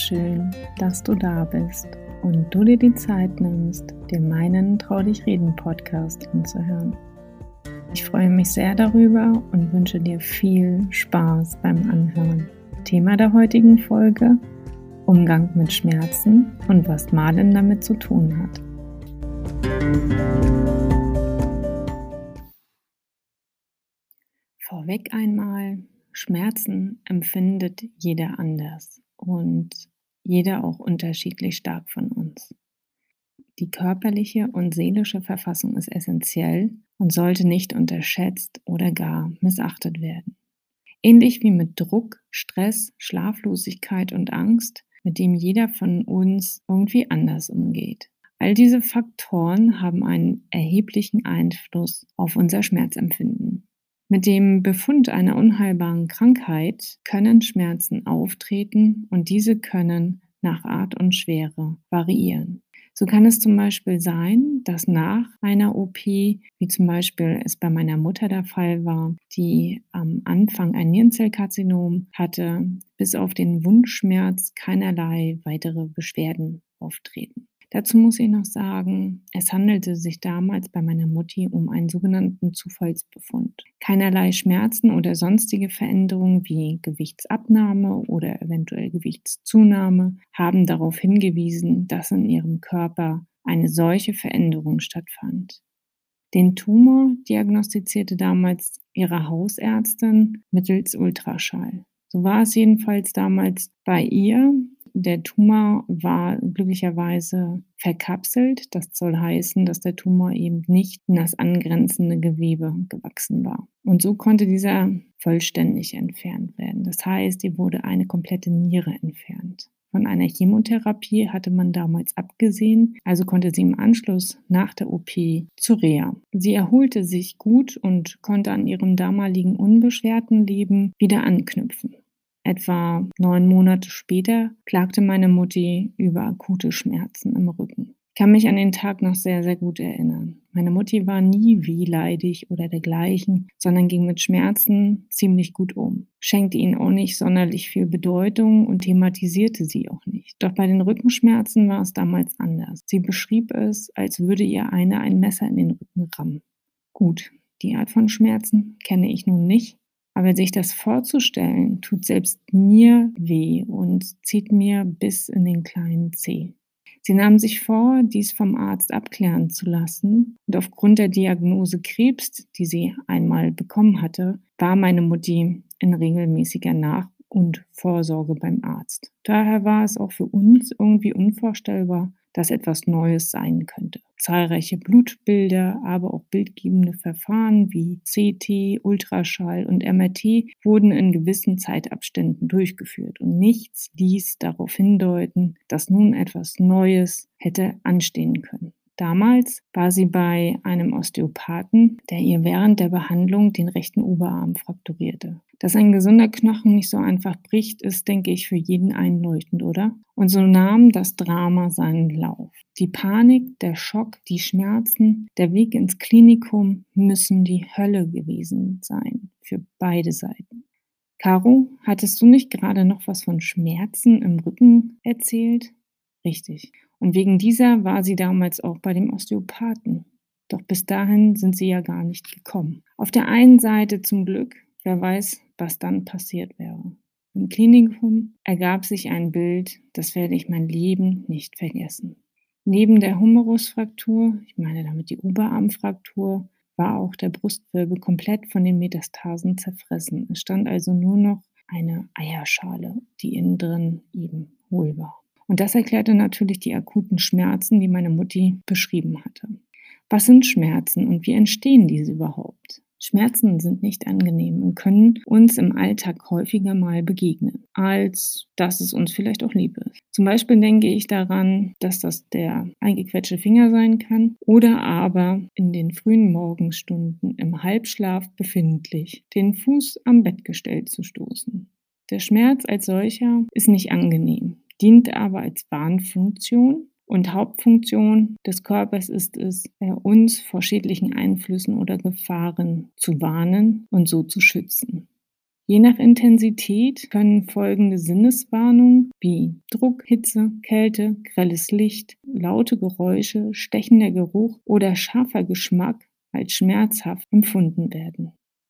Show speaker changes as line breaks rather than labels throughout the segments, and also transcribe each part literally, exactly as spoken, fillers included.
schön, dass du da bist und du dir die Zeit nimmst, dir meinen Trau dich reden Podcast anzuhören. Ich freue mich sehr darüber und wünsche dir viel Spaß beim Anhören. Thema der heutigen Folge: Umgang mit Schmerzen und was Malen damit zu tun hat. Vorweg einmal: Schmerzen empfindet jeder anders und jeder auch unterschiedlich stark von uns. Die körperliche und seelische Verfassung ist essentiell und sollte nicht unterschätzt oder gar missachtet werden. Ähnlich wie mit Druck, Stress, Schlaflosigkeit und Angst, mit dem jeder von uns irgendwie anders umgeht. All diese Faktoren haben einen erheblichen Einfluss auf unser Schmerzempfinden. Mit dem Befund einer unheilbaren Krankheit können Schmerzen auftreten und diese können nach Art und Schwere variieren. So kann es zum Beispiel sein, dass nach einer O P, wie zum Beispiel es bei meiner Mutter der Fall war, die am Anfang ein Nierenzellkarzinom hatte, bis auf den Wundschmerz keinerlei weitere Beschwerden auftreten. Dazu muss ich noch sagen, es handelte sich damals bei meiner Mutti um einen sogenannten Zufallsbefund. Keinerlei Schmerzen oder sonstige Veränderungen wie Gewichtsabnahme oder eventuell Gewichtszunahme haben darauf hingewiesen, dass in ihrem Körper eine solche Veränderung stattfand. Den Tumor diagnostizierte damals ihre Hausärztin mittels Ultraschall. So war es jedenfalls damals bei ihr. Der Tumor war glücklicherweise verkapselt. Das soll heißen, dass der Tumor eben nicht in das angrenzende Gewebe gewachsen war. Und so konnte dieser vollständig entfernt werden. Das heißt, ihr wurde eine komplette Niere entfernt. Von einer Chemotherapie hatte man damals abgesehen, also konnte sie im Anschluss nach der O P zur Reha. Sie erholte sich gut und konnte an ihrem damaligen unbeschwerten Leben wieder anknüpfen. Etwa neun Monate später klagte meine Mutti über akute Schmerzen im Rücken. Ich kann mich an den Tag noch sehr, sehr gut erinnern. Meine Mutti war nie wehleidig oder dergleichen, sondern ging mit Schmerzen ziemlich gut um, schenkte ihnen auch nicht sonderlich viel Bedeutung und thematisierte sie auch nicht. Doch bei den Rückenschmerzen war es damals anders. Sie beschrieb es, als würde ihr einer ein Messer in den Rücken rammen. Gut, die Art von Schmerzen kenne ich nun nicht. Aber sich das vorzustellen, tut selbst mir weh und zieht mir bis in den kleinen Zeh. Sie nahm sich vor, dies vom Arzt abklären zu lassen, und aufgrund der Diagnose Krebs, die sie einmal bekommen hatte, war meine Mutti in regelmäßiger Nach- und Vorsorge beim Arzt. Daher war es auch für uns irgendwie unvorstellbar, dass etwas Neues sein könnte. Zahlreiche Blutbilder, aber auch bildgebende Verfahren wie C T, Ultraschall und M R T wurden in gewissen Zeitabständen durchgeführt und nichts ließ darauf hindeuten, dass nun etwas Neues hätte anstehen können. Damals war sie bei einem Osteopathen, der ihr während der Behandlung den rechten Oberarm frakturierte. Dass ein gesunder Knochen nicht so einfach bricht, ist, denke ich, für jeden einleuchtend, oder? Und so nahm das Drama seinen Lauf. Die Panik, der Schock, die Schmerzen, der Weg ins Klinikum müssen die Hölle gewesen sein für beide Seiten. Caro, hattest du nicht gerade noch was von Schmerzen im Rücken erzählt? Richtig. Und wegen dieser war sie damals auch bei dem Osteopathen. Doch bis dahin sind sie ja gar nicht gekommen. Auf der einen Seite zum Glück, wer weiß, was dann passiert wäre. Im Klinikum ergab sich ein Bild, das werde ich mein Leben nicht vergessen. Neben der Humerusfraktur, ich meine damit die Oberarmfraktur, war auch der Brustwirbel komplett von den Metastasen zerfressen. Es stand also nur noch eine Eierschale, die innen drin eben hohl war. Und das erklärte natürlich die akuten Schmerzen, die meine Mutti beschrieben hatte. Was sind Schmerzen und wie entstehen diese überhaupt? Schmerzen sind nicht angenehm und können uns im Alltag häufiger mal begegnen, als dass es uns vielleicht auch lieb ist. Zum Beispiel denke ich daran, dass das der eingequetschte Finger sein kann oder aber in den frühen Morgenstunden im Halbschlaf befindlich den Fuß am Bettgestell zu stoßen. Der Schmerz als solcher ist nicht angenehm, dient aber als Warnfunktion. Und Hauptfunktion des Körpers ist es, uns vor schädlichen Einflüssen oder Gefahren zu warnen und so zu schützen. Je nach Intensität können folgende Sinneswarnungen wie Druck, Hitze, Kälte, grelles Licht, laute Geräusche, stechender Geruch oder scharfer Geschmack als schmerzhaft empfunden werden.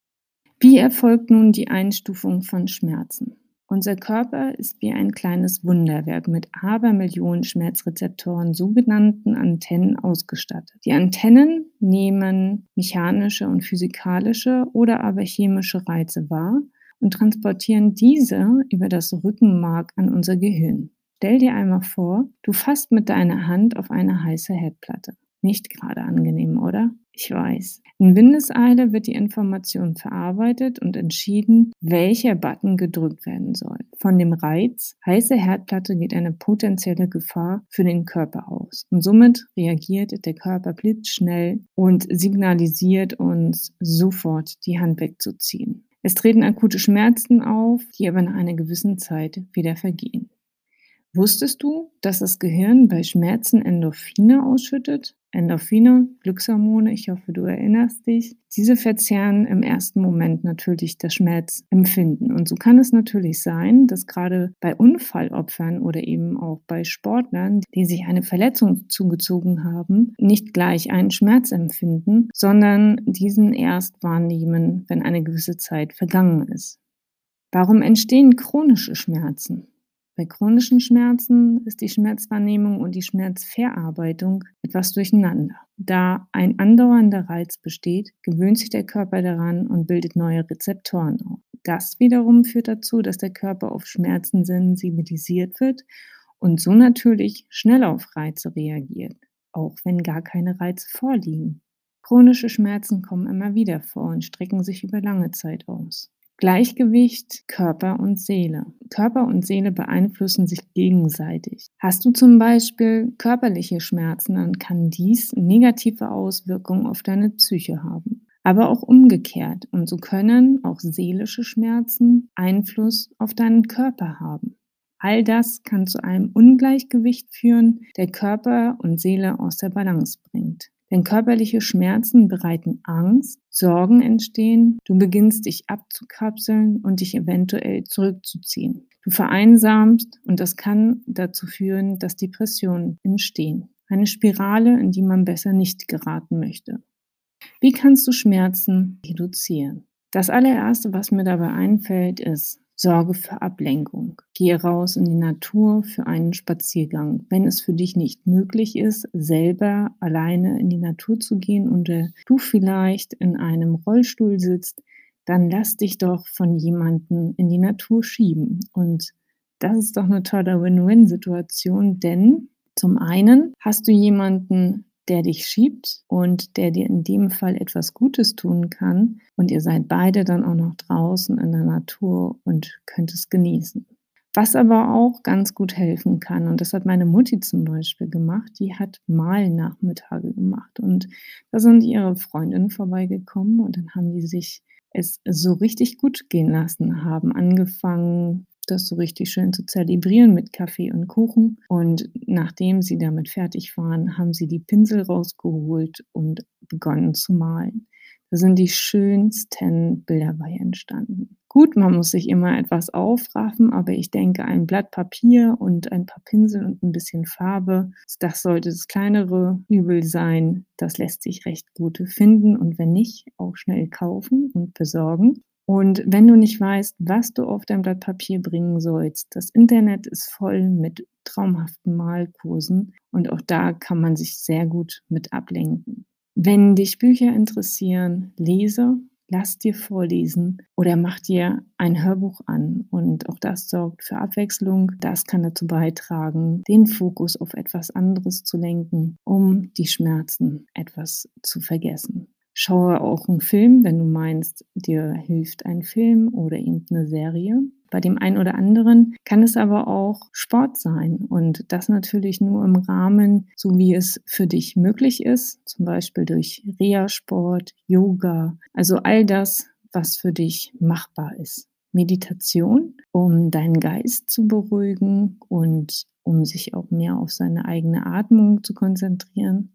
Wie erfolgt nun die Einstufung von Schmerzen? Unser Körper ist wie ein kleines Wunderwerk mit Abermillionen Schmerzrezeptoren, sogenannten Antennen, ausgestattet. Die Antennen nehmen mechanische und physikalische oder aber chemische Reize wahr und transportieren diese über das Rückenmark an unser Gehirn. Stell dir einmal vor, du fasst mit deiner Hand auf eine heiße Herdplatte. Nicht gerade angenehm, oder? Ich weiß. In Windeseile wird die Information verarbeitet und entschieden, welcher Button gedrückt werden soll. Von dem Reiz heiße Herdplatte geht eine potenzielle Gefahr für den Körper aus. Und somit reagiert der Körper blitzschnell und signalisiert uns sofort, die Hand wegzuziehen. Es treten akute Schmerzen auf, die aber nach einer gewissen Zeit wieder vergehen. Wusstest du, dass das Gehirn bei Schmerzen Endorphine ausschüttet? Endorphine, Glückshormone, ich hoffe, du erinnerst dich. Diese verzerren im ersten Moment natürlich das Schmerzempfinden. Und so kann es natürlich sein, dass gerade bei Unfallopfern oder eben auch bei Sportlern, die sich eine Verletzung zugezogen haben, nicht gleich einen Schmerz empfinden, sondern diesen erst wahrnehmen, wenn eine gewisse Zeit vergangen ist. Warum entstehen chronische Schmerzen? Bei chronischen Schmerzen ist die Schmerzwahrnehmung und die Schmerzverarbeitung etwas durcheinander. Da ein andauernder Reiz besteht, gewöhnt sich der Körper daran und bildet neue Rezeptoren auf. Das wiederum führt dazu, dass der Körper auf Schmerzen sensibilisiert wird und so natürlich schnell auf Reize reagiert, auch wenn gar keine Reize vorliegen. Chronische Schmerzen kommen immer wieder vor und strecken sich über lange Zeit aus. Gleichgewicht Körper und Seele. Körper und Seele beeinflussen sich gegenseitig. Hast du zum Beispiel körperliche Schmerzen, dann kann dies negative Auswirkungen auf deine Psyche haben. Aber auch umgekehrt. Und so können auch seelische Schmerzen Einfluss auf deinen Körper haben. All das kann zu einem Ungleichgewicht führen, der Körper und Seele aus der Balance bringt. Denn körperliche Schmerzen bereiten Angst, Sorgen entstehen, du beginnst dich abzukapseln und dich eventuell zurückzuziehen. Du vereinsamst und das kann dazu führen, dass Depressionen entstehen. Eine Spirale, in die man besser nicht geraten möchte. Wie kannst du Schmerzen reduzieren? Das allererste, was mir dabei einfällt, ist: Sorge für Ablenkung. Gehe raus in die Natur für einen Spaziergang. Wenn es für dich nicht möglich ist, selber alleine in die Natur zu gehen und äh, du vielleicht in einem Rollstuhl sitzt, dann lass dich doch von jemandem in die Natur schieben. Und das ist doch eine tolle Win-Win-Situation, denn zum einen hast du jemanden, der dich schiebt und der dir in dem Fall etwas Gutes tun kann und ihr seid beide dann auch noch draußen in der Natur und könnt es genießen. Was aber auch ganz gut helfen kann, und das hat meine Mutti zum Beispiel gemacht, die hat Malnachmittage gemacht und da sind ihre Freundinnen vorbeigekommen und dann haben die sich es so richtig gut gehen lassen, haben angefangen, das so richtig schön zu zelebrieren mit Kaffee und Kuchen. Und nachdem sie damit fertig waren, haben sie die Pinsel rausgeholt und begonnen zu malen. Da sind die schönsten Bilder bei entstanden. Gut, man muss sich immer etwas aufraffen, aber ich denke, ein Blatt Papier und ein paar Pinsel und ein bisschen Farbe, das sollte das kleinere Übel sein. Das lässt sich recht gut finden und wenn nicht, auch schnell kaufen und besorgen. Und wenn du nicht weißt, was du auf dein Blatt Papier bringen sollst, das Internet ist voll mit traumhaften Malkursen und auch da kann man sich sehr gut mit ablenken. Wenn dich Bücher interessieren, lese, lass dir vorlesen oder mach dir ein Hörbuch an und auch das sorgt für Abwechslung. Das kann dazu beitragen, den Fokus auf etwas anderes zu lenken, um die Schmerzen etwas zu vergessen. Schaue auch einen Film, wenn du meinst, dir hilft ein Film oder eben 'ne Serie. Bei dem einen oder anderen kann es aber auch Sport sein und das natürlich nur im Rahmen, so wie es für dich möglich ist, zum Beispiel durch Reha-Sport, Yoga, also all das, was für dich machbar ist. Meditation, um deinen Geist zu beruhigen und um sich auch mehr auf seine eigene Atmung zu konzentrieren.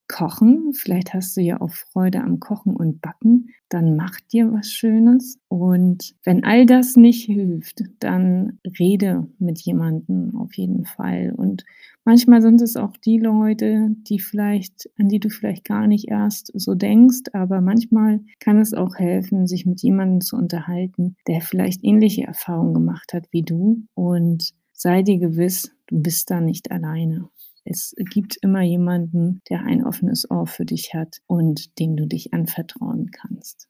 Kochen, vielleicht hast du ja auch Freude am Kochen und Backen, dann mach dir was Schönes. Und wenn all das nicht hilft, dann rede mit jemandem auf jeden Fall. Und manchmal sind es auch die Leute, die vielleicht an die du vielleicht gar nicht erst so denkst, aber manchmal kann es auch helfen, sich mit jemandem zu unterhalten, der vielleicht ähnliche Erfahrungen gemacht hat wie du. Und sei dir gewiss, du bist da nicht alleine. Es gibt immer jemanden, der ein offenes Ohr für dich hat und dem du dich anvertrauen kannst.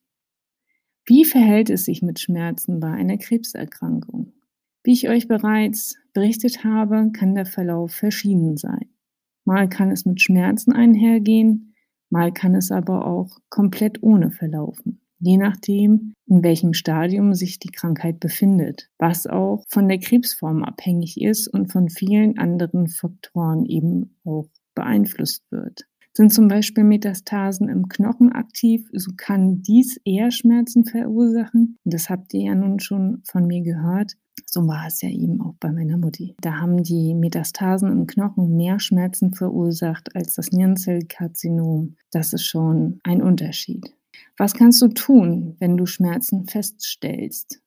Wie verhält es sich mit Schmerzen bei einer Krebserkrankung? Wie ich euch bereits berichtet habe, kann der Verlauf verschieden sein. Mal kann es mit Schmerzen einhergehen, mal kann es aber auch komplett ohne verlaufen, je nachdem, in welchem Stadium sich die Krankheit befindet, was auch von der Krebsform abhängig ist und von vielen anderen Faktoren eben auch beeinflusst wird. Sind zum Beispiel Metastasen im Knochen aktiv, so kann dies eher Schmerzen verursachen. Das habt ihr ja nun schon von mir gehört. So war es ja eben auch bei meiner Mutti. Da haben die Metastasen im Knochen mehr Schmerzen verursacht als das Nierenzellkarzinom. Das ist schon ein Unterschied. Was kannst du tun, wenn du Schmerzen feststellst?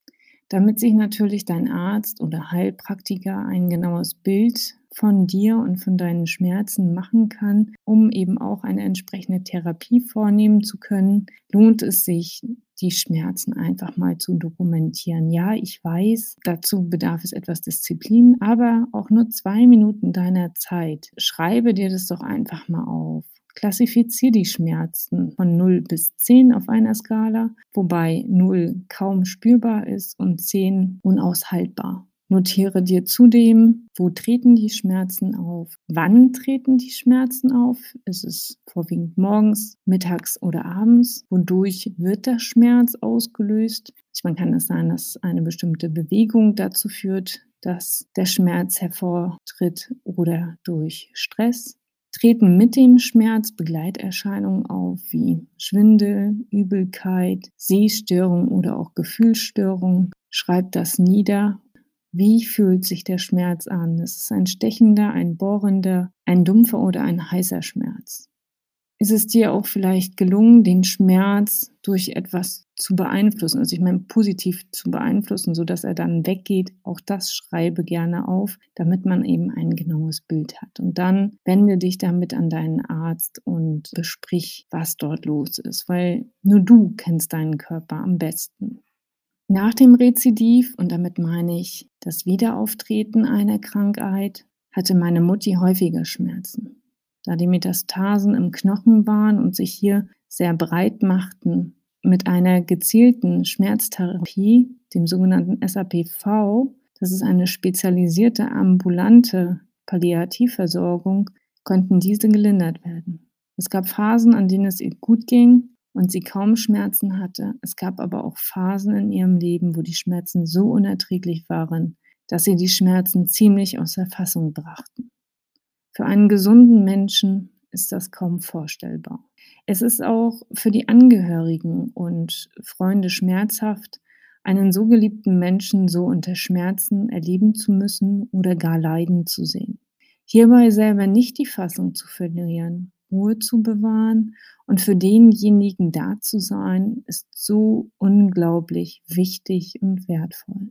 Damit sich natürlich dein Arzt oder Heilpraktiker ein genaues Bild von dir und von deinen Schmerzen machen kann, um eben auch eine entsprechende Therapie vornehmen zu können, lohnt es sich, die Schmerzen einfach mal zu dokumentieren. Ja, ich weiß, dazu bedarf es etwas Disziplin, aber auch nur zwei Minuten deiner Zeit. Schreibe dir das doch einfach mal auf. Klassifiziere die Schmerzen von null bis zehn auf einer Skala, wobei null kaum spürbar ist und zehn unaushaltbar. Notiere dir zudem, wo treten die Schmerzen auf, wann treten die Schmerzen auf, ist es vorwiegend morgens, mittags oder abends, wodurch wird der Schmerz ausgelöst. Manchmal kann es sein, dass eine bestimmte Bewegung dazu führt, dass der Schmerz hervortritt oder durch Stress. Treten mit dem Schmerz Begleiterscheinungen auf wie Schwindel, Übelkeit, Sehstörung oder auch Gefühlsstörung. Schreib das nieder. Wie fühlt sich der Schmerz an? Ist es ein stechender, ein bohrender, ein dumpfer oder ein heißer Schmerz? Ist es dir auch vielleicht gelungen, den Schmerz durch etwas zu beeinflussen, also ich meine positiv zu beeinflussen, sodass er dann weggeht? Auch das schreibe gerne auf, damit man eben ein genaues Bild hat. Und dann wende dich damit an deinen Arzt und besprich, was dort los ist, weil nur du kennst deinen Körper am besten. Nach dem Rezidiv, und damit meine ich das Wiederauftreten einer Krankheit, hatte meine Mutti häufiger Schmerzen. Da die Metastasen im Knochen waren und sich hier sehr breit machten. Mit einer gezielten Schmerztherapie, dem sogenannten S A P V, das ist eine spezialisierte ambulante Palliativversorgung, konnten diese gelindert werden. Es gab Phasen, an denen es ihr gut ging und sie kaum Schmerzen hatte. Es gab aber auch Phasen in ihrem Leben, wo die Schmerzen so unerträglich waren, dass sie die Schmerzen ziemlich außer Fassung brachten. Für einen gesunden Menschen ist das kaum vorstellbar. Es ist auch für die Angehörigen und Freunde schmerzhaft, einen so geliebten Menschen so unter Schmerzen erleben zu müssen oder gar leiden zu sehen. Hierbei selber nicht die Fassung zu verlieren, Ruhe zu bewahren und für denjenigen da zu sein, ist so unglaublich wichtig und wertvoll.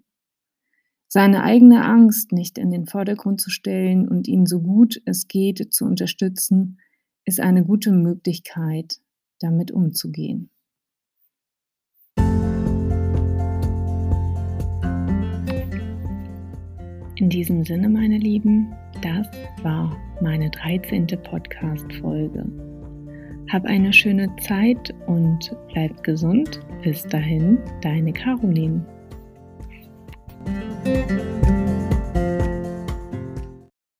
Seine eigene Angst nicht in den Vordergrund zu stellen und ihn so gut es geht zu unterstützen, ist eine gute Möglichkeit, damit umzugehen. In diesem Sinne, meine Lieben, das war meine dreizehnte Podcast-Folge. Hab eine schöne Zeit und bleib gesund. Bis dahin, deine Caroline.